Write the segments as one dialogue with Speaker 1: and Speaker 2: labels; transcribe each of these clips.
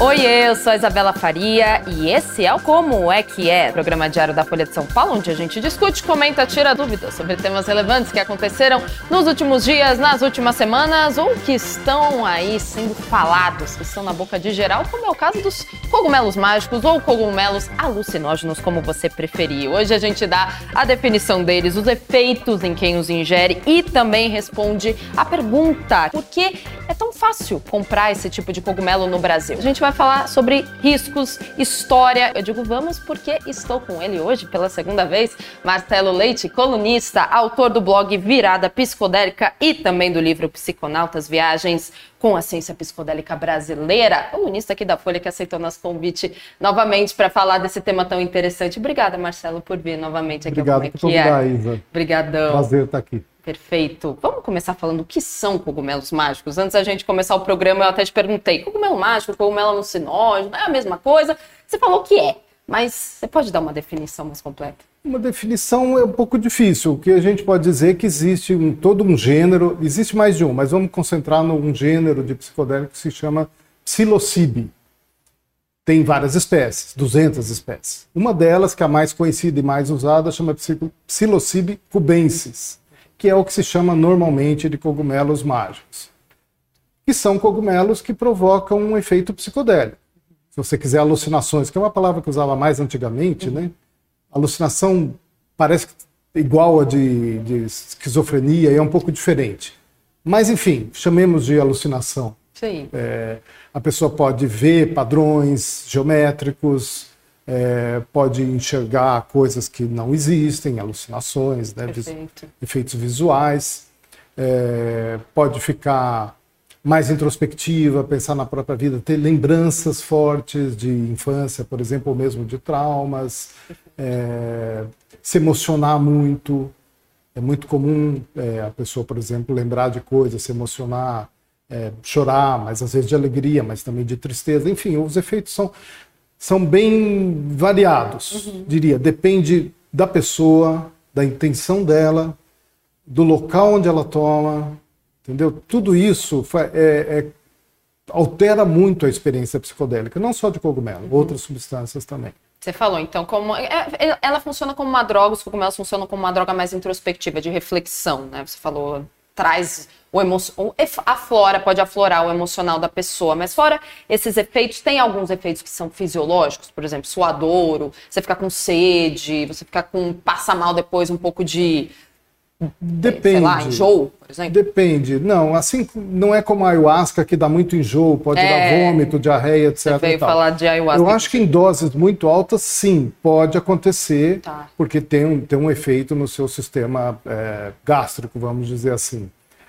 Speaker 1: Oiê, eu sou a Isabela Faria e esse é o Como é que é, programa diário da Folha de São Paulo, onde a gente discute, comenta, tira dúvidas sobre temas relevantes que aconteceram nos últimos dias, nas últimas semanas ou que estão aí sendo falados, que estão na boca de geral, como é o caso dos cogumelos mágicos ou cogumelos alucinógenos, como você preferir. Hoje a gente dá a definição deles, os efeitos em quem os ingere e também responde a pergunta: por que é tão fácil comprar esse tipo de cogumelo no Brasil? A gente vai falar sobre riscos, história. Eu digo vamos porque estou com ele hoje pela segunda vez, Marcelo Leite, colunista, autor do blog Virada Psicodélica e também do livro Psiconautas, Viagens com a Ciência Psicodélica Brasileira, colunista aqui da Folha que aceitou nosso convite novamente para falar desse tema tão interessante. Obrigada, Marcelo, por vir novamente aqui.
Speaker 2: Obrigado por convidar, Isa.
Speaker 1: Obrigadão.
Speaker 2: Prazer estar aqui.
Speaker 1: Perfeito. Vamos começar falando o que são cogumelos mágicos. Antes da gente começar o programa, eu até te perguntei, cogumelo mágico, cogumelo alucinógeno, é a mesma coisa? Você falou que é, mas você pode dar uma definição mais completa?
Speaker 2: Uma definição é um pouco difícil. O que a gente pode dizer é que existe todo um gênero, existe mais de um, mas vamos concentrar num gênero de psicodélico que se chama psilocybe. Tem várias espécies, 200 espécies. Uma delas, que é a mais conhecida e mais usada, chama Psilocybe cubensis, que é o que se chama normalmente de cogumelos mágicos. Que são cogumelos que provocam um efeito psicodélico. Se você quiser alucinações, que é uma palavra que usava mais antigamente, né? Alucinação parece igual a de esquizofrenia e é um pouco diferente. Mas, enfim, chamemos de alucinação.
Speaker 1: Sim.
Speaker 2: A pessoa pode ver padrões geométricos, pode enxergar coisas que não existem, alucinações, né, efeitos visuais, pode ficar mais introspectiva, pensar na própria vida, ter lembranças fortes de infância, por exemplo, ou mesmo de traumas, se emocionar muito. É muito comum a pessoa, por exemplo, lembrar de coisas, se emocionar, chorar, mas às vezes de alegria, mas também de tristeza. Enfim, os efeitos são bem variados, diria. Depende da pessoa, da intenção dela, do local onde ela toma, entendeu? Tudo isso altera muito a experiência psicodélica, não só de cogumelo, outras substâncias também.
Speaker 1: Você falou, então, como ela funciona como uma droga, os cogumelos funcionam como uma droga mais introspectiva, de reflexão, né? Você falou, traz pode aflorar o emocional da pessoa, mas fora esses efeitos, tem alguns efeitos que são fisiológicos, por exemplo, suadouro, você fica com sede, você fica passa mal depois um pouco de,
Speaker 2: depende,
Speaker 1: sei lá, enjoo, por exemplo?
Speaker 2: Depende, não, assim, não é como a ayahuasca que dá muito enjoo, pode dar vômito, diarreia, etc.
Speaker 1: Você veio falar de ayahuasca.
Speaker 2: Eu acho que em doses muito altas, sim, pode acontecer, porque tem um efeito no seu sistema gástrico, vamos dizer assim.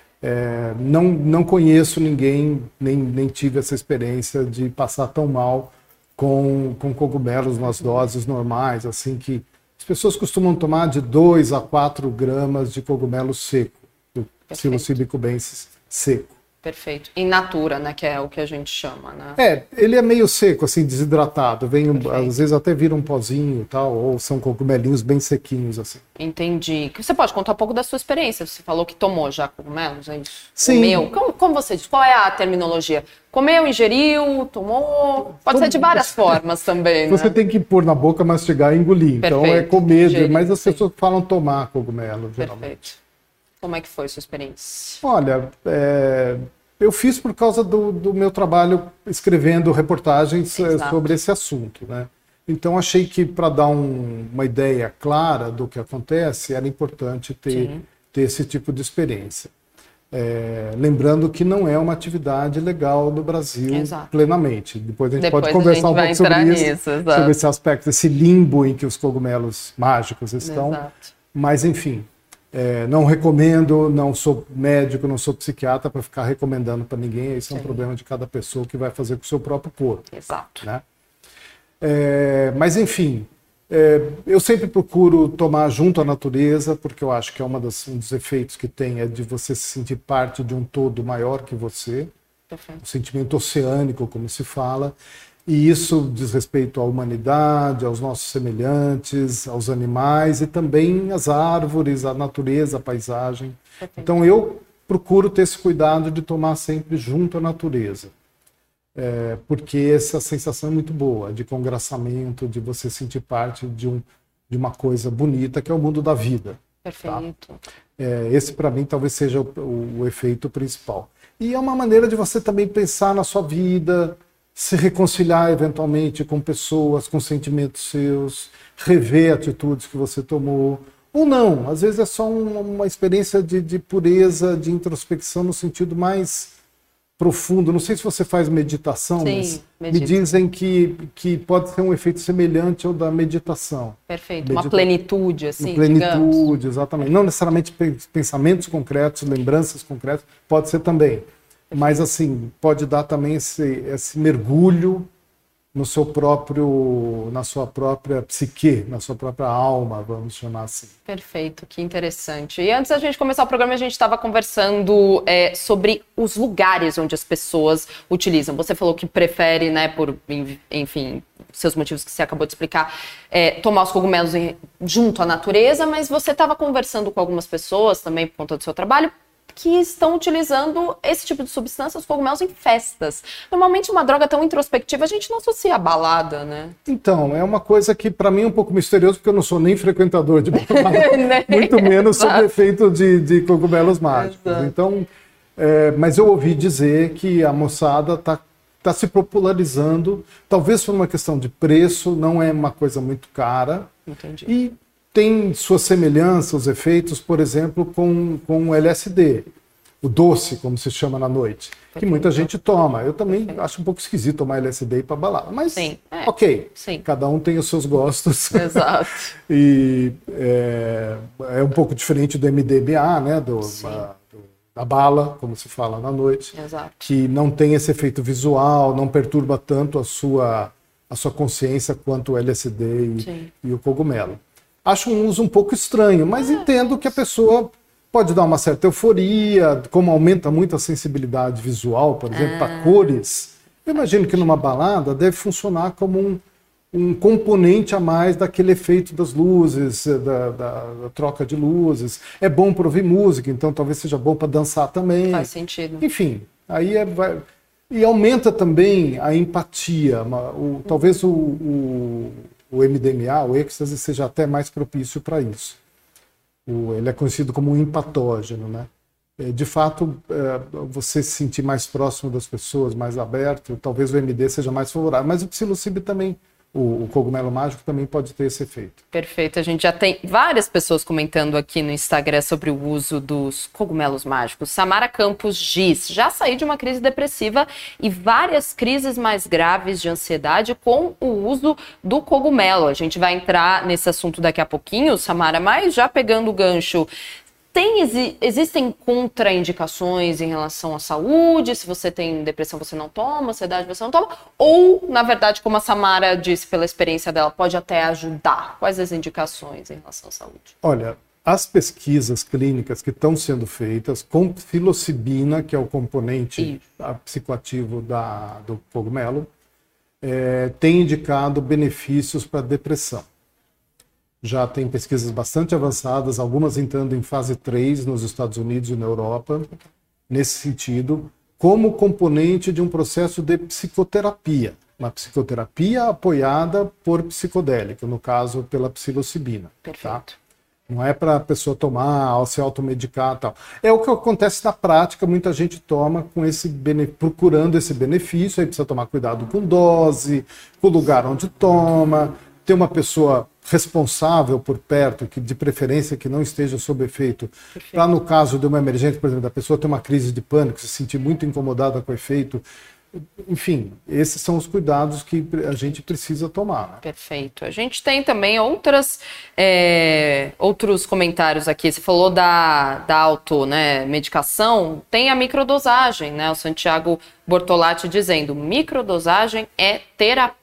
Speaker 2: Não conheço ninguém, nem tive essa experiência de passar tão mal com cogumelos nas doses normais, assim, que as pessoas costumam tomar de 2 a 4 gramas de cogumelo seco, do Psilocybe cubensis seco. Perfeito.
Speaker 1: In natura, né, que é o que a gente chama, né?
Speaker 2: Ele é meio seco, assim, desidratado. Às vezes até vira um pozinho e tal, ou são cogumelinhos bem sequinhos, assim.
Speaker 1: Entendi. Você pode contar um pouco da sua experiência? Você falou que tomou já cogumelos, é isso?
Speaker 2: Sim.
Speaker 1: Comeu? Como você diz? Qual é a terminologia? Comeu, ingeriu, tomou? Pode ser de várias formas também, né?
Speaker 2: Você tem que pôr na boca, mastigar e engolir. Perfeito. Então é comer, ingerir, mas as pessoas falam tomar cogumelo, geralmente.
Speaker 1: Perfeito. Como é que foi a sua experiência?
Speaker 2: Olha, eu fiz por causa do meu trabalho escrevendo reportagens sobre esse assunto, né? Então achei que para dar uma ideia clara do que acontece, era importante ter esse tipo de experiência. Lembrando que não é uma atividade legal no Brasil plenamente. Depois a gente pode conversar um pouco sobre isso, sobre esse aspecto, esse limbo em que os cogumelos mágicos estão. Exato. Mas enfim, não recomendo, não sou médico, não sou psiquiatra para ficar recomendando para ninguém. Isso é um problema de cada pessoa que vai fazer com o seu próprio corpo.
Speaker 1: Exato.
Speaker 2: Né? Mas enfim, eu sempre procuro tomar junto à natureza, porque eu acho que é um dos efeitos que tem é de você se sentir parte de um todo maior que você. Perfeito. Um sentimento oceânico, como se fala. E isso diz respeito à humanidade, aos nossos semelhantes, aos animais e também às árvores, à natureza, à paisagem. Então eu procuro ter esse cuidado de tomar sempre junto à natureza. porque essa sensação é muito boa, de congraçamento, de você sentir parte de uma coisa bonita, que é o mundo da vida.
Speaker 1: Perfeito.
Speaker 2: Tá? Esse, para mim, talvez seja o efeito principal. E é uma maneira de você também pensar na sua vida, se reconciliar eventualmente com pessoas, com sentimentos seus, rever atitudes que você tomou, ou não. Às vezes é só uma experiência de pureza, de introspecção no sentido mais profundo. Não sei se você faz meditação,
Speaker 1: sim,
Speaker 2: mas me dizem que pode ser um efeito semelhante ao da meditação.
Speaker 1: Perfeito, uma plenitude, assim,
Speaker 2: uma plenitude,
Speaker 1: digamos.
Speaker 2: Exatamente. Não necessariamente pensamentos concretos, lembranças concretas, pode ser também. Mas, assim, pode dar também esse mergulho na sua própria psique, na sua própria alma, vamos chamar assim.
Speaker 1: Perfeito, que interessante. E antes da gente começar o programa, a gente estava conversando sobre os lugares onde as pessoas utilizam. Você falou que prefere, né, por, enfim, seus motivos que você acabou de explicar, tomar os cogumelos junto à natureza, mas você estava conversando com algumas pessoas também por conta do seu trabalho, que estão utilizando esse tipo de substância, os cogumelos, em festas. Normalmente, uma droga tão introspectiva, a gente não associa a balada, né?
Speaker 2: Então, é uma coisa que, para mim, é um pouco misterioso, porque eu não sou nem frequentador de balada, muito menos sob efeito de cogumelos mágicos. Exato. Então, mas eu ouvi dizer que a moçada está se popularizando, talvez por uma questão de preço, não é uma coisa muito cara.
Speaker 1: Entendi.
Speaker 2: E tem sua semelhança, os efeitos, por exemplo, com o LSD, o doce, como se chama na noite, que muita gente toma. Eu também acho um pouco esquisito tomar LSD e ir para balada, mas
Speaker 1: sim,
Speaker 2: ok,
Speaker 1: sim.
Speaker 2: Cada um tem os seus gostos.
Speaker 1: Exato.
Speaker 2: E é um pouco diferente do MDMA, né, da bala, como se fala na noite.
Speaker 1: Exato.
Speaker 2: Que não tem esse efeito visual, não perturba tanto a sua consciência quanto o LSD e o cogumelo. Acho um uso um pouco estranho, mas entendo que a pessoa pode dar uma certa euforia, como aumenta muito a sensibilidade visual, por exemplo, para cores. Eu imagino que numa balada deve funcionar como um componente a mais daquele efeito das luzes, da troca de luzes. É bom para ouvir música, então talvez seja bom para dançar também.
Speaker 1: Faz sentido.
Speaker 2: Enfim, aí e aumenta também a empatia. Talvez o MDMA, o êxtase, seja até mais propício para isso. Ele é conhecido como um empatógeno, né? De fato, você se sentir mais próximo das pessoas, mais aberto, talvez o MD seja mais favorável, mas o psilocibe também, o cogumelo mágico também pode ter esse efeito.
Speaker 1: Perfeito, a gente já tem várias pessoas comentando aqui no Instagram sobre o uso dos cogumelos mágicos. Samara Campos diz, já saí de uma crise depressiva e várias crises mais graves de ansiedade com o uso do cogumelo. A gente vai entrar nesse assunto daqui a pouquinho, Samara, mas já pegando o gancho, existem contraindicações em relação à saúde? Se você tem depressão, você não toma, ansiedade, você não toma? Ou, na verdade, como a Samara disse pela experiência dela, pode até ajudar? Quais as indicações em relação à saúde?
Speaker 2: Olha, as pesquisas clínicas que estão sendo feitas com psilocibina, que é o componente psicoativo do cogumelo, têm indicado benefícios para depressão. Já tem pesquisas bastante avançadas, algumas entrando em fase 3 nos Estados Unidos e na Europa, nesse sentido, como componente de um processo de psicoterapia. Uma psicoterapia apoiada por psicodélico, no caso, pela psilocibina.
Speaker 1: Perfeito.
Speaker 2: Tá? Não é para a pessoa tomar, se automedicar e tal. É o que acontece na prática, muita gente toma procurando esse benefício, aí precisa tomar cuidado com dose, com o lugar onde toma, ter uma pessoa responsável por perto, que de preferência que não esteja sob efeito, para no caso de uma emergência, por exemplo, da pessoa ter uma crise de pânico, se sentir muito incomodada com o efeito. Enfim, esses são os cuidados que a gente precisa tomar. Né?
Speaker 1: Perfeito. A gente tem também outros comentários aqui. Você falou da automedicação, tem a microdosagem, né? O Santiago Bortolatti dizendo, microdosagem é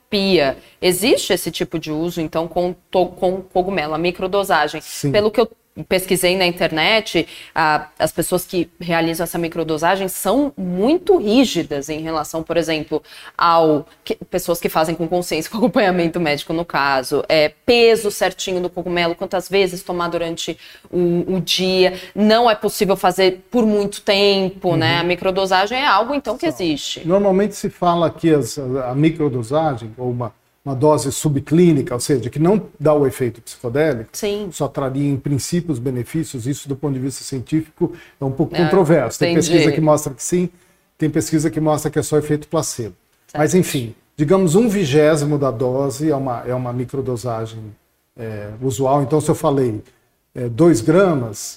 Speaker 1: terapia. Existe esse tipo de uso, então, com cogumelo, a microdosagem.
Speaker 2: Sim.
Speaker 1: Pelo que eu pesquisei na internet, as pessoas que realizam essa microdosagem são muito rígidas em relação, por exemplo, pessoas que fazem com consciência, com acompanhamento médico no caso, peso certinho do cogumelo, quantas vezes tomar durante o dia, não é possível fazer por muito tempo, né? A microdosagem é algo, então, que existe.
Speaker 2: Normalmente se fala que a microdosagem, ou uma dose subclínica, ou seja, que não dá o efeito psicodélico,
Speaker 1: Sim.
Speaker 2: só traria em princípio os benefícios, isso do ponto de vista científico é um pouco controverso. Tem pesquisa que mostra que sim, tem pesquisa que mostra que é só efeito placebo. Certo. Mas enfim, digamos 1/20 da dose é uma microdosagem usual. Então se eu falei 2 gramas,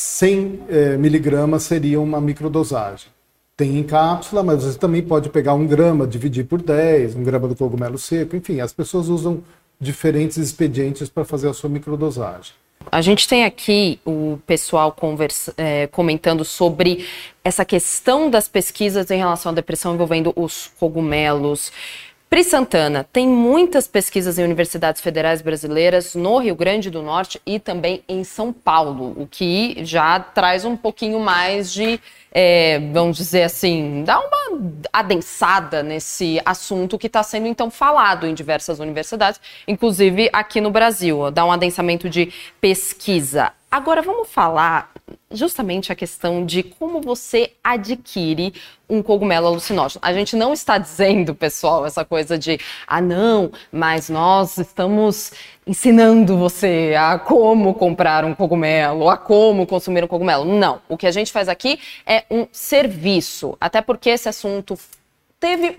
Speaker 2: 100 miligramas seria uma microdosagem. Tem em cápsula, mas você também pode pegar 1 grama, dividir por 10, 1 grama do cogumelo seco, enfim, as pessoas usam diferentes expedientes para fazer a sua microdosagem.
Speaker 1: A gente tem aqui o pessoal comentando sobre essa questão das pesquisas em relação à depressão envolvendo os cogumelos. Pri Santana, tem muitas pesquisas em universidades federais brasileiras no Rio Grande do Norte e também em São Paulo, o que já traz um pouquinho mais de, vamos dizer assim, dá uma adensada nesse assunto que está sendo então falado em diversas universidades, inclusive aqui no Brasil, dá um adensamento de pesquisa. Agora vamos falar justamente a questão de como você adquire um cogumelo alucinógeno. A gente não está dizendo, pessoal, essa coisa de não, mas nós estamos ensinando você a como comprar um cogumelo, a como consumir um cogumelo. Não, o que a gente faz aqui é um serviço, até porque esse assunto teve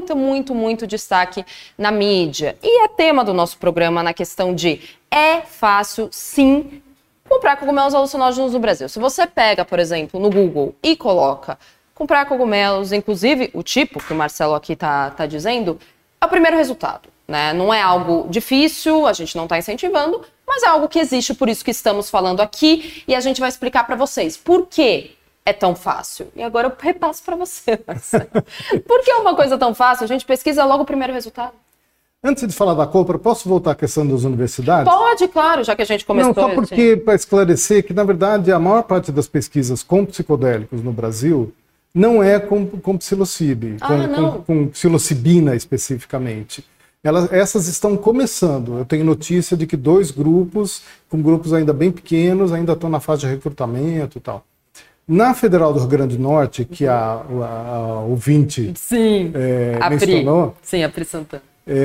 Speaker 1: muito destaque na mídia. E é tema do nosso programa na questão de é fácil, sim, comprar cogumelos alucinógenos no Brasil. Se você pega, por exemplo, no Google e coloca comprar cogumelos, inclusive o tipo que o Marcelo aqui tá dizendo, é o primeiro resultado, né? Não é algo difícil, a gente não está incentivando, mas é algo que existe, por isso que estamos falando aqui, e a gente vai explicar para vocês por que é tão fácil. E agora eu repasso para você, Marcelo. Por que é uma coisa tão fácil? A gente pesquisa logo o primeiro resultado.
Speaker 2: Antes de falar da compra, posso voltar à questão das universidades?
Speaker 1: Pode, claro, já que a gente começou.
Speaker 2: Não, só porque, para esclarecer, que na verdade a maior parte das com psicodélicos no Brasil não é com psilocibe, com psilocibina especificamente. Essas estão começando. Eu tenho notícia de que 2 grupos, com grupos ainda bem pequenos, ainda estão na fase de recrutamento e tal. Na Federal do Rio Grande do Norte, que a ouvinte mencionou...
Speaker 1: Sim, a Pri Santana.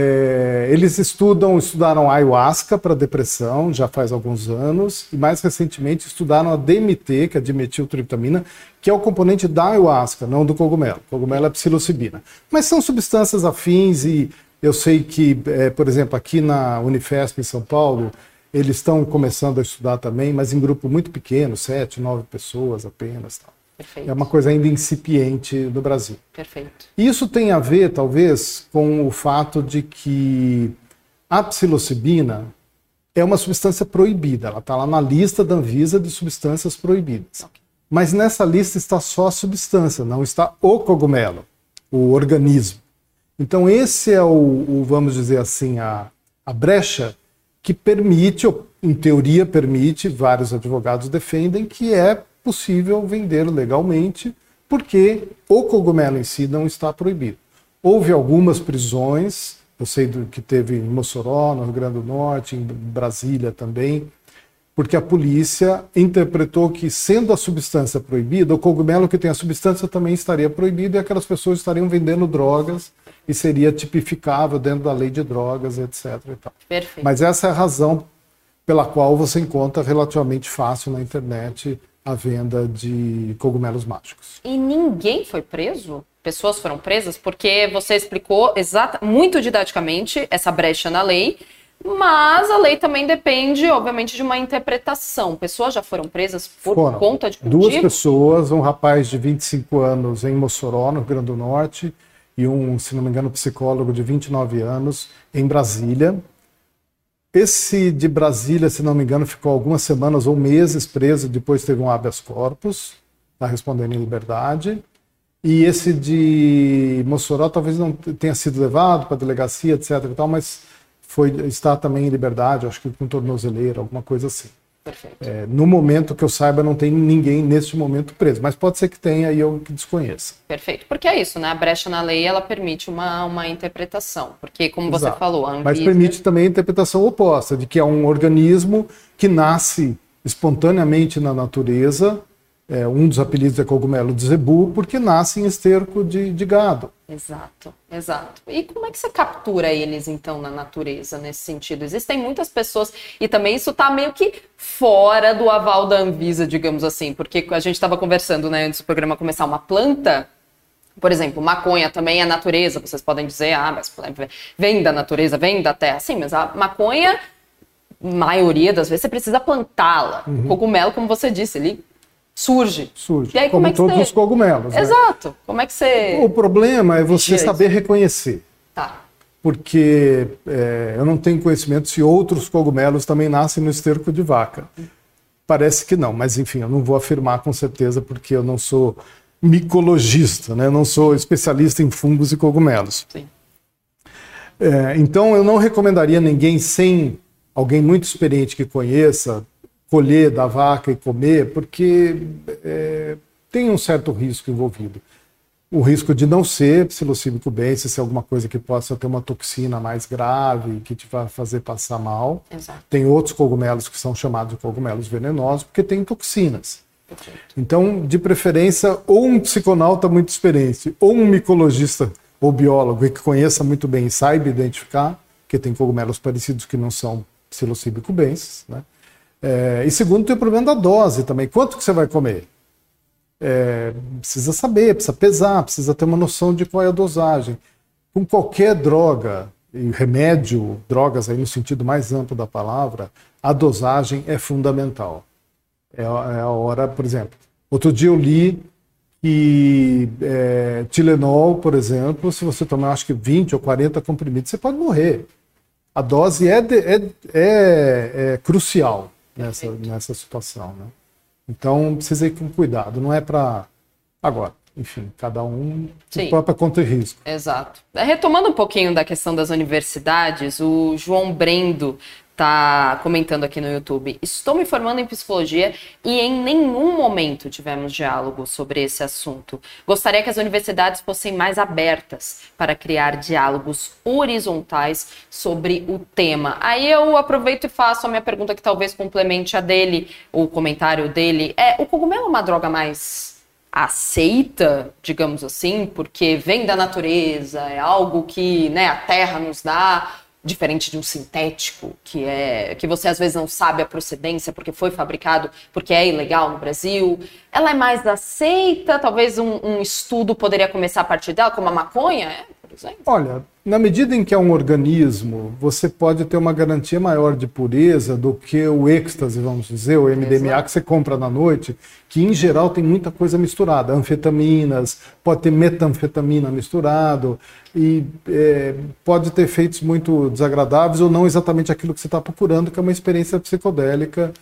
Speaker 2: Eles estudaram ayahuasca para depressão, já faz alguns anos, e mais recentemente estudaram a DMT, que é a dimetiltriptamina, que é o componente da ayahuasca, não do cogumelo. O cogumelo é psilocibina. Mas são substâncias afins e eu sei que, por exemplo, aqui na Unifesp em São Paulo, eles estão começando a estudar também, mas em grupo muito pequeno, 7, 9 pessoas apenas. Tal.
Speaker 1: Perfeito.
Speaker 2: É uma coisa ainda incipiente no Brasil.
Speaker 1: Perfeito.
Speaker 2: Isso tem a ver, talvez, com o fato de que a psilocibina é uma substância proibida. Ela está lá na lista da Anvisa de substâncias proibidas. Okay. Mas nessa lista está só a substância, não está o cogumelo, o organismo. Então esse é vamos dizer assim, a brecha que permite, ou em teoria permite, vários advogados defendem que é possível vender legalmente, porque o cogumelo em si não está proibido. Houve algumas prisões, eu sei que teve em Mossoró, no Rio Grande do Norte, em Brasília também, porque a polícia interpretou que, sendo a substância proibida, o cogumelo que tem a substância também estaria proibido e aquelas pessoas estariam vendendo drogas e seria tipificável dentro da lei de drogas, etc. E tal.
Speaker 1: Perfeito.
Speaker 2: Mas essa é a razão pela qual você encontra relativamente fácil na internet a venda de cogumelos mágicos.
Speaker 1: E ninguém foi preso? Pessoas foram presas? Porque você explicou muito didaticamente essa brecha na lei, mas a lei também depende, obviamente, de uma interpretação. Pessoas já foram presas por conta de cultivo?
Speaker 2: 2 pessoas, um rapaz de 25 anos em Mossoró, no Rio Grande do Norte, e se não me engano, psicólogo de 29 anos em Brasília. Esse de Brasília, se não me engano, ficou algumas semanas ou meses preso, depois teve um habeas corpus, está respondendo em liberdade. E esse de Mossoró talvez não tenha sido levado para a delegacia, etc. e tal, mas está também em liberdade, acho que com tornozeleira, alguma coisa assim.
Speaker 1: Perfeito.
Speaker 2: No momento que eu saiba, não tem ninguém neste momento preso, mas pode ser que tenha e eu que desconheça.
Speaker 1: Perfeito, porque é isso, né? A brecha na lei, ela permite uma interpretação, porque como você falou, a Anvisa...
Speaker 2: Mas permite também a interpretação oposta, de que é um organismo que nasce espontaneamente na natureza. Um dos apelidos é cogumelo de zebu, porque nasce em esterco de gado.
Speaker 1: Exato. E como é que você captura eles, então, na natureza, nesse sentido? Existem muitas pessoas, e também isso está meio que fora do aval da Anvisa, digamos assim, porque a gente estava conversando, né, antes do programa começar, uma planta, por exemplo, maconha também é natureza, vocês podem dizer, mas vem da natureza, vem da terra. Sim, mas a maconha, maioria das vezes, você precisa plantá-la. O cogumelo, como você disse, ele surge.
Speaker 2: E aí, como todos os cogumelos.
Speaker 1: Exato.
Speaker 2: Né?
Speaker 1: Como é que você...
Speaker 2: O problema é você saber reconhecer.
Speaker 1: Tá.
Speaker 2: Porque eu não tenho conhecimento se outros cogumelos também nascem no esterco de vaca. Parece que não, mas enfim, eu não vou afirmar com certeza porque eu não sou micologista, né? Eu não sou especialista em fungos e cogumelos.
Speaker 1: Sim.
Speaker 2: Então eu não recomendaria ninguém sem alguém muito experiente que conheça colher da vaca e comer, porque tem um certo risco envolvido. O risco de não ser psilocíbe cubensis, se é alguma coisa que possa ter uma toxina mais grave, que te vai fazer passar mal.
Speaker 1: Exato.
Speaker 2: Tem outros cogumelos que são chamados de cogumelos venenosos, porque tem toxinas.
Speaker 1: Perfeito.
Speaker 2: Então, de preferência, ou um psiconauta muito experiente, ou um micologista ou biólogo que conheça muito bem e saiba identificar, porque tem cogumelos parecidos que não são psilocíbe cubensis, né? E segundo, tem o problema da dose também. Quanto que você vai comer? Precisa saber, precisa pesar, precisa ter uma noção de qual é a dosagem. Com qualquer droga, e remédio, drogas aí no sentido mais amplo da palavra, a dosagem é fundamental. É a hora, por exemplo, outro dia eu li que Tilenol, por exemplo, se você tomar acho que 20 ou 40 comprimidos, você pode morrer. A dose é crucial nessa situação, né? Então, precisa ir com cuidado, não é para agora. Enfim, cada um por própria conta e risco.
Speaker 1: Exato. Retomando um pouquinho da questão das universidades, o João Brendo está comentando aqui no YouTube: estou me formando em psicologia e em nenhum momento tivemos diálogo sobre esse assunto. Gostaria que as universidades fossem mais abertas para criar diálogos horizontais sobre o tema. Aí eu aproveito e faço a minha pergunta, que talvez complemente a dele, o comentário dele. O cogumelo é uma droga mais aceita, digamos assim, porque vem da natureza, é algo que, né, a terra nos dá, diferente de um sintético, que você às vezes não sabe a procedência porque foi fabricado, porque é ilegal no Brasil. Ela é mais aceita? Talvez um estudo poderia começar a partir dela, como a maconha, por exemplo?
Speaker 2: Olha, na medida em que é um organismo, você pode ter uma garantia maior de pureza do que o êxtase, vamos dizer, o MDMA. Exato. Que você compra na noite, que em geral tem muita coisa misturada, anfetaminas, pode ter metanfetamina misturado, e pode ter efeitos muito desagradáveis ou não exatamente aquilo que você está procurando, que é uma experiência psicodélica,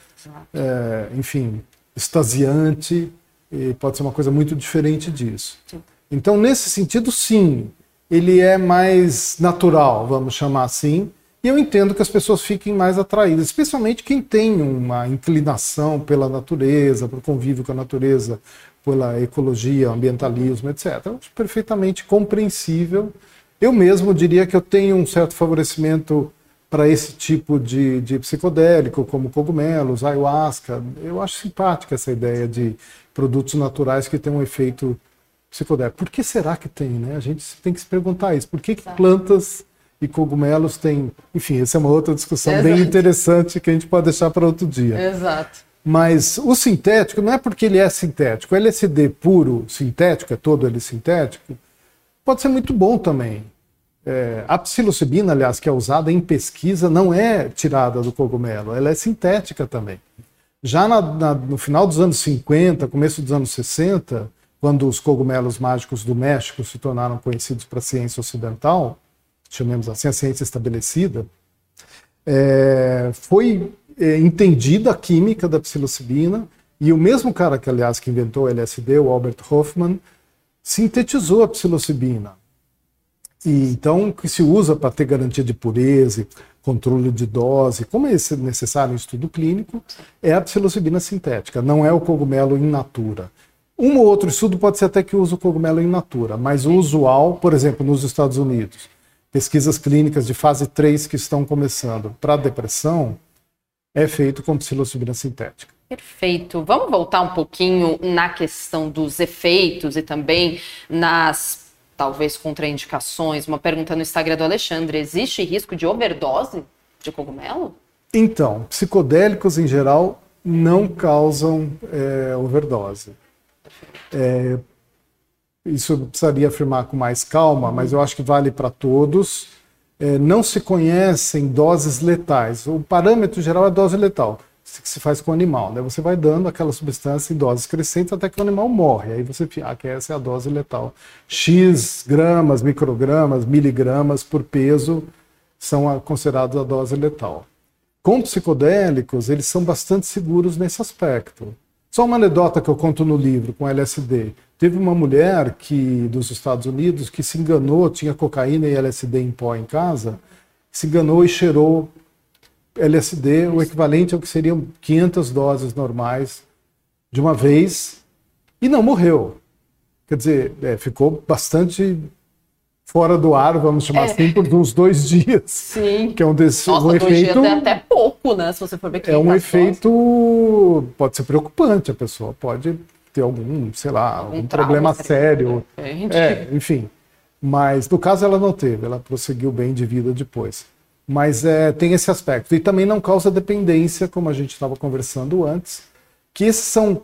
Speaker 2: enfim, extasiante, e pode ser uma coisa muito diferente disso. Sim. Então, nesse sentido, sim, ele é mais natural, vamos chamar assim, e eu entendo que as pessoas fiquem mais atraídas, especialmente quem tem uma inclinação pela natureza, pelo convívio com a natureza, pela ecologia, ambientalismo, etc. Eu acho perfeitamente compreensível. Eu mesmo diria que eu tenho um certo favorecimento para esse tipo de psicodélico, como cogumelos, ayahuasca. Eu acho simpática essa ideia de produtos naturais que têm um efeito psicodélico. Por que será que tem, né? A gente tem que se perguntar isso. Por que plantas e cogumelos têm... Enfim, essa é uma outra discussão. Exato. Bem interessante que a gente pode deixar para outro dia.
Speaker 1: Exato.
Speaker 2: Mas o sintético não é porque ele é sintético. O LSD puro sintético, é todo ele sintético, pode ser muito bom também. A psilocibina, aliás, que é usada em pesquisa, não é tirada do cogumelo, ela é sintética também. Já no final dos anos 50, começo dos anos 60, quando os cogumelos mágicos do México se tornaram conhecidos para a ciência ocidental, chamemos assim, a ciência estabelecida, foi entendida a química da psilocibina, e o mesmo cara que, aliás, que inventou o LSD, o Albert Hofmann, sintetizou a psilocibina. E então, que se usa para ter garantia de pureza. controle de dose, como é necessário em estudo clínico, é a psilocibina sintética, não é o cogumelo in natura. Um ou outro estudo pode ser até que use o cogumelo in natura, mas o usual, por exemplo, nos Estados Unidos, pesquisas clínicas de fase 3 que estão começando para depressão, é feito com psilocibina sintética.
Speaker 1: Perfeito. Vamos voltar um pouquinho na questão dos efeitos e também nas, talvez, contraindicações. Uma pergunta no Instagram do Alexandre. Existe risco de overdose de cogumelo?
Speaker 2: Então, psicodélicos em geral não causam overdose. Isso eu precisaria afirmar com mais calma, mas eu acho que vale para todos. Não se conhecem doses letais. O parâmetro geral é dose letal, que se faz com o animal, né? Você vai dando aquela substância em doses crescentes até que o animal morre. Aí você fica, que essa é a dose letal. X gramas, microgramas, miligramas por peso são considerados a dose letal. Com psicodélicos, eles são bastante seguros nesse aspecto. Só uma anedota que eu conto no livro com LSD. Teve uma mulher dos Estados Unidos que se enganou, tinha cocaína e LSD em pó em casa, se enganou e cheirou LSD, o equivalente ao que seriam 500 doses normais de uma vez, e não morreu. Quer dizer, ficou bastante fora do ar, vamos chamar assim, por uns 2 dias.
Speaker 1: Sim.
Speaker 2: Que é
Speaker 1: Nossa, 2 dias é até pouco, né? Se você for ver que
Speaker 2: efeito, pode ser preocupante, a pessoa pode ter algum problema sério. Enfim. Mas no caso ela não teve, ela prosseguiu bem de vida depois. Mas tem esse aspecto. E também não causa dependência, como a gente estava conversando antes, que esses são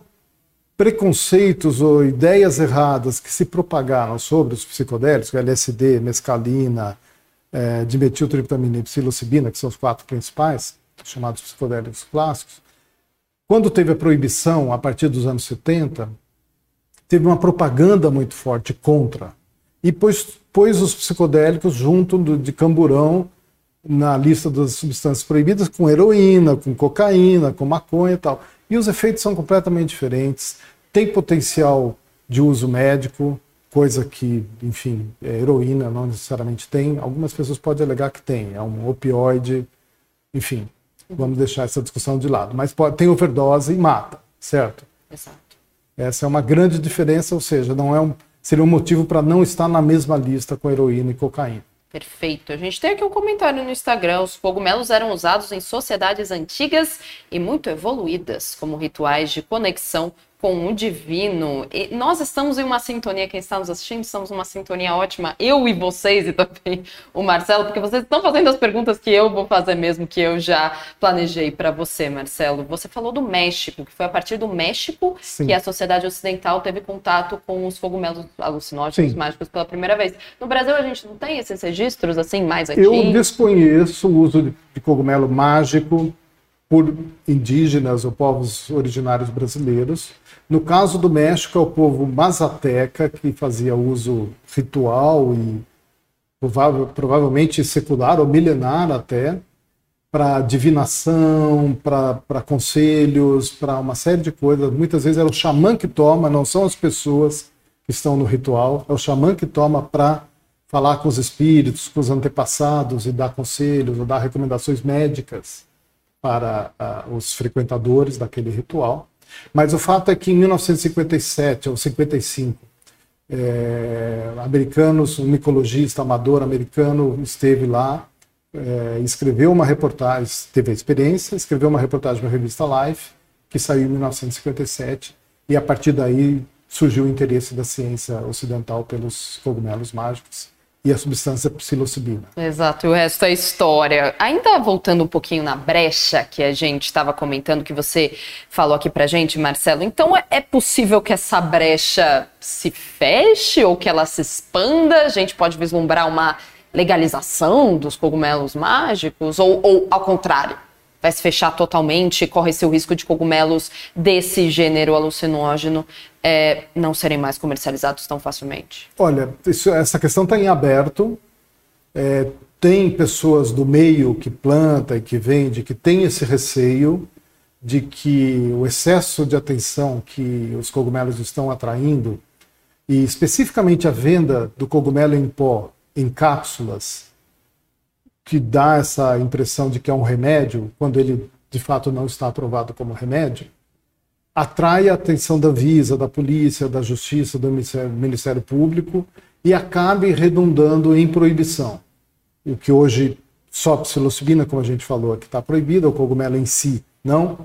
Speaker 2: preconceitos ou ideias erradas que se propagaram sobre os psicodélicos, LSD, mescalina, dimetiltriptamina e psilocibina, que são os 4 principais, chamados psicodélicos clássicos. Quando teve a proibição, a partir dos anos 70, teve uma propaganda muito forte contra. E pôs os psicodélicos junto de camburão na lista das substâncias proibidas, com heroína, com cocaína, com maconha e tal. E os efeitos são completamente diferentes. Tem potencial de uso médico, coisa que, enfim, heroína não necessariamente tem. Algumas pessoas podem alegar que tem, é um opioide, enfim. Vamos deixar essa discussão de lado. Mas tem overdose e mata, certo?
Speaker 1: Exato.
Speaker 2: Essa é uma grande diferença, ou seja, seria um motivo para não estar na mesma lista com heroína e cocaína.
Speaker 1: Perfeito. A gente tem aqui um comentário no Instagram. Os cogumelos eram usados em sociedades antigas e muito evoluídas, como rituais de conexão com o divino. E nós estamos em uma sintonia, quem está nos assistindo, estamos numa sintonia ótima, eu e vocês e também o Marcelo, porque vocês estão fazendo as perguntas que eu vou fazer mesmo, que eu já planejei para você, Marcelo. Você falou do México, que foi a partir do México que a sociedade ocidental teve contato com os cogumelos alucinógenos mágicos pela primeira vez. No Brasil a gente não tem esses registros assim mais antigos?
Speaker 2: Eu desconheço o uso de cogumelo mágico por indígenas ou povos originários brasileiros. No caso do México, é o povo mazateca, que fazia uso ritual e provavelmente secular ou milenar até, para divinação, para conselhos, para uma série de coisas. Muitas vezes é o xamã que toma, não são as pessoas que estão no ritual, é o xamã que toma para falar com os espíritos, com os antepassados e dar conselhos ou dar recomendações médicas para os frequentadores daquele ritual. Mas o fato é que em 1957 ou 55, um micologista amador americano esteve lá, escreveu uma reportagem, teve a experiência, escreveu uma reportagem para a revista Life, que saiu em 1957, e a partir daí surgiu o interesse da ciência ocidental pelos cogumelos mágicos e a substância psilocibina.
Speaker 1: Exato, e o resto é história. Ainda voltando um pouquinho na brecha que a gente estava comentando, que você falou aqui pra gente, Marcelo, então é possível que essa brecha se feche ou que ela se expanda? A gente pode vislumbrar uma legalização dos cogumelos mágicos ou ao contrário? Vai se fechar totalmente e corre-se o risco de cogumelos desse gênero alucinógeno não serem mais comercializados tão facilmente?
Speaker 2: Olha, essa questão está em aberto. Tem pessoas do meio que planta e que vende que tem esse receio de que o excesso de atenção que os cogumelos estão atraindo, e especificamente a venda do cogumelo em pó, em cápsulas, que dá essa impressão de que é um remédio, quando ele de fato não está aprovado como remédio, atrai a atenção da Anvisa, da polícia, da justiça, do Ministério Público e acabe redundando em proibição. O que hoje só a psilocibina, como a gente falou, que está proibida, o cogumelo em si não.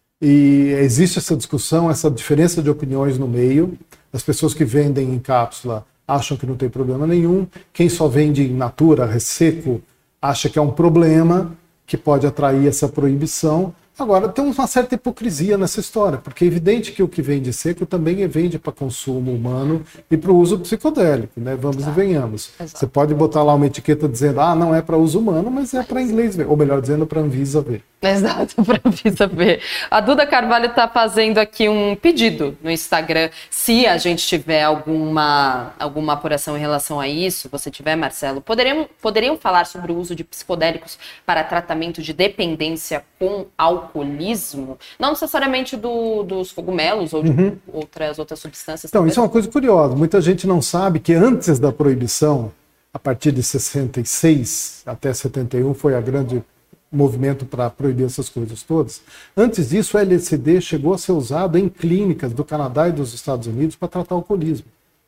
Speaker 2: E existe essa discussão, essa diferença de opiniões no meio. As pessoas que vendem em cápsula acham que não tem problema nenhum. Quem só vende in natura, resseco, acha que é um problema que pode atrair essa proibição. Agora, tem uma certa hipocrisia nessa história, porque é evidente que o que vende seco também vende para consumo humano e para o uso psicodélico, né? Vamos e venhamos. Exato. Você pode botar lá uma etiqueta dizendo, não é para uso humano, mas é para inglês ver, ou melhor dizendo, para a Anvisa ver.
Speaker 1: Exato, para a Anvisa ver. A Duda Carvalho está fazendo aqui um pedido no Instagram. Se a gente tiver alguma apuração em relação a isso, você tiver, Marcelo, poderiam falar sobre o uso de psicodélicos para tratamento de dependência com alcoolismo? Não necessariamente dos cogumelos ou de outras substâncias.
Speaker 2: Então, isso é uma coisa curiosa. Muita gente não sabe que antes da proibição, a partir de 66 até 71, foi a grande movimento para proibir essas coisas todas. Antes disso, o LSD chegou a ser usado em clínicas do Canadá e dos Estados Unidos para tratar o alcoolismo.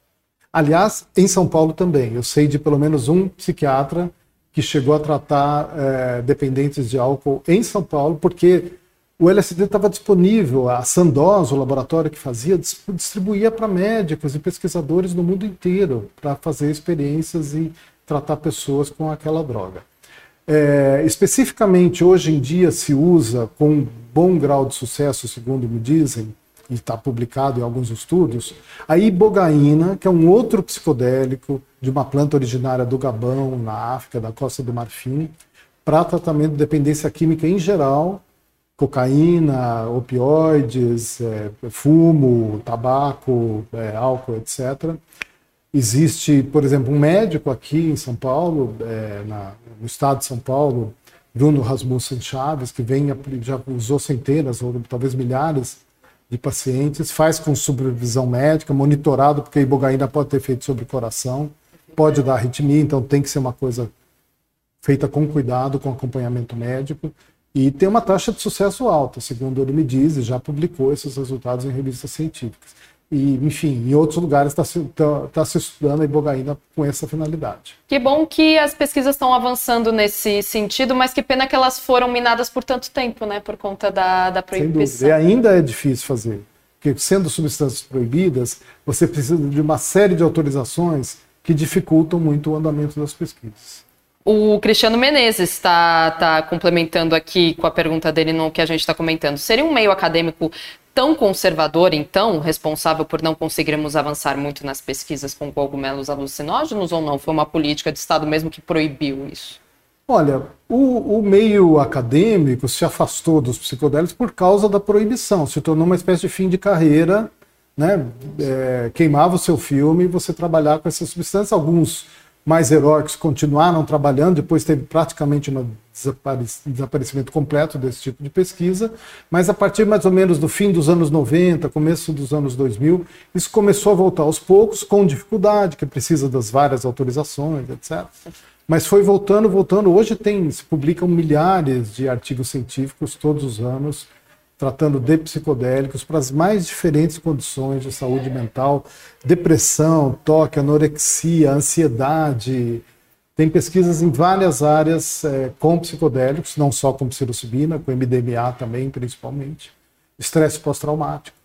Speaker 2: Aliás, em São Paulo também. Eu sei de pelo menos um psiquiatra que chegou a tratar dependentes de álcool em São Paulo, porque o LSD estava disponível. A Sandoz, o laboratório que fazia, distribuía para médicos e pesquisadores no mundo inteiro para fazer experiências e tratar pessoas com aquela droga. Especificamente hoje em dia se usa com bom grau de sucesso, segundo me dizem, e está publicado em alguns estudos, a ibogaína, que é um outro psicodélico de uma planta originária do Gabão, na África, da Costa do Marfim, para tratamento de dependência química em geral, cocaína, opioides, fumo, tabaco, álcool, etc. Existe, por exemplo, um médico aqui em São Paulo, no estado de São Paulo, Bruno Rasmussen Chaves, que já usou centenas ou talvez milhares de pacientes, faz com supervisão médica, monitorado, porque a ibogaína pode ter efeito sobre o coração, pode dar arritmia, então tem que ser uma coisa feita com cuidado, com acompanhamento médico, e tem uma taxa de sucesso alta, segundo ele me diz, e já publicou esses resultados em revistas científicas. E, enfim, em outros lugares está se estudando a ibogaína com essa finalidade.
Speaker 1: Que bom que as pesquisas estão avançando nesse sentido, mas que pena que elas foram minadas por tanto tempo, né, por conta da proibição.
Speaker 2: Sem dúvida. E ainda é difícil fazer, porque sendo substâncias proibidas, você precisa de uma série de autorizações que dificultam muito o andamento das pesquisas.
Speaker 1: O Cristiano Menezes está complementando aqui com a pergunta dele no que a gente está comentando. Seria um meio acadêmico tão conservador, então, responsável por não conseguirmos avançar muito nas pesquisas com cogumelos alucinógenos ou não? Foi uma política de Estado mesmo que proibiu isso?
Speaker 2: Olha, o meio acadêmico se afastou dos psicodélicos por causa da proibição, se tornou uma espécie de fim de carreira, né? Queimava o seu filme e você trabalhar com essas substâncias. Alguns mais heróicos continuaram trabalhando, depois teve praticamente um desaparecimento completo desse tipo de pesquisa, mas a partir mais ou menos do fim dos anos 90, começo dos anos 2000, isso começou a voltar aos poucos, com dificuldade, que precisa das várias autorizações, etc. Mas foi voltando. Hoje se publicam milhares de artigos científicos todos os anos, tratando de psicodélicos para as mais diferentes condições de saúde mental, depressão, toque, anorexia, ansiedade. Tem pesquisas em várias áreas com psicodélicos, não só com psilocibina, com MDMA também, principalmente. Estresse pós-traumático,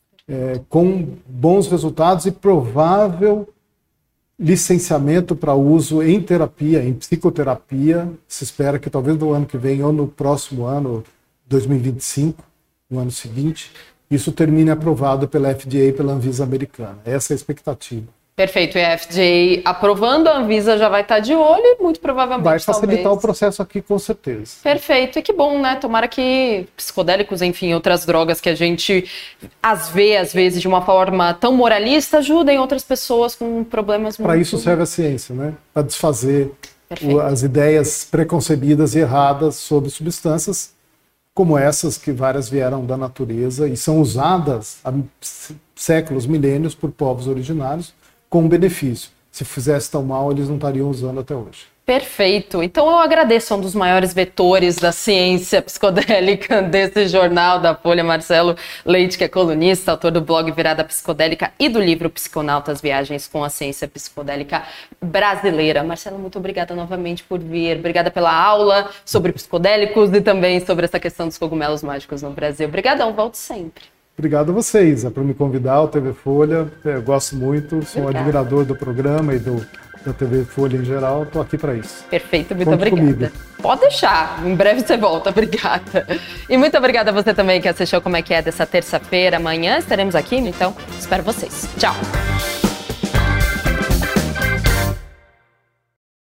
Speaker 2: com bons resultados e provável licenciamento para uso em terapia, em psicoterapia. Se espera que talvez no ano que vem ou no próximo ano, 2025, no ano seguinte, isso termine aprovado pela FDA e pela Anvisa americana. Essa é a expectativa.
Speaker 1: Perfeito. E a FDA aprovando, a Anvisa já vai estar de olho e muito provavelmente
Speaker 2: vai facilitar o processo aqui, com certeza.
Speaker 1: Perfeito. E que bom, né? Tomara que psicodélicos, enfim, outras drogas que a gente as vê, às vezes, de uma forma tão moralista, ajudem outras pessoas com problemas muito...
Speaker 2: Para isso serve a ciência, né? Para desfazer as ideias preconcebidas e erradas sobre substâncias como essas que várias vieram da natureza e são usadas há séculos, milênios por povos originários com benefício. se fizesse tão mal, eles não estariam usando até hoje.
Speaker 1: Perfeito. Então eu agradeço a um dos maiores vetores da ciência psicodélica desse jornal da Folha, Marcelo Leite, que é colunista, autor do blog Virada Psicodélica e do livro Psiconautas, Viagens com a Ciência Psicodélica Brasileira. Marcelo, muito obrigada novamente por vir. Obrigada pela aula sobre psicodélicos e também sobre essa questão dos cogumelos mágicos no Brasil. Obrigadão, volte sempre.
Speaker 2: Obrigado a vocês por me convidar ao TV Folha. Eu gosto muito, sou um admirador do programa e da TV Folha em geral. Estou aqui para isso.
Speaker 1: Perfeito, muito obrigada. Comigo. Pode deixar, em breve você volta. Obrigada. E muito obrigada a você também que assistiu Como é que é dessa terça-feira. Amanhã estaremos aqui, então espero vocês. Tchau.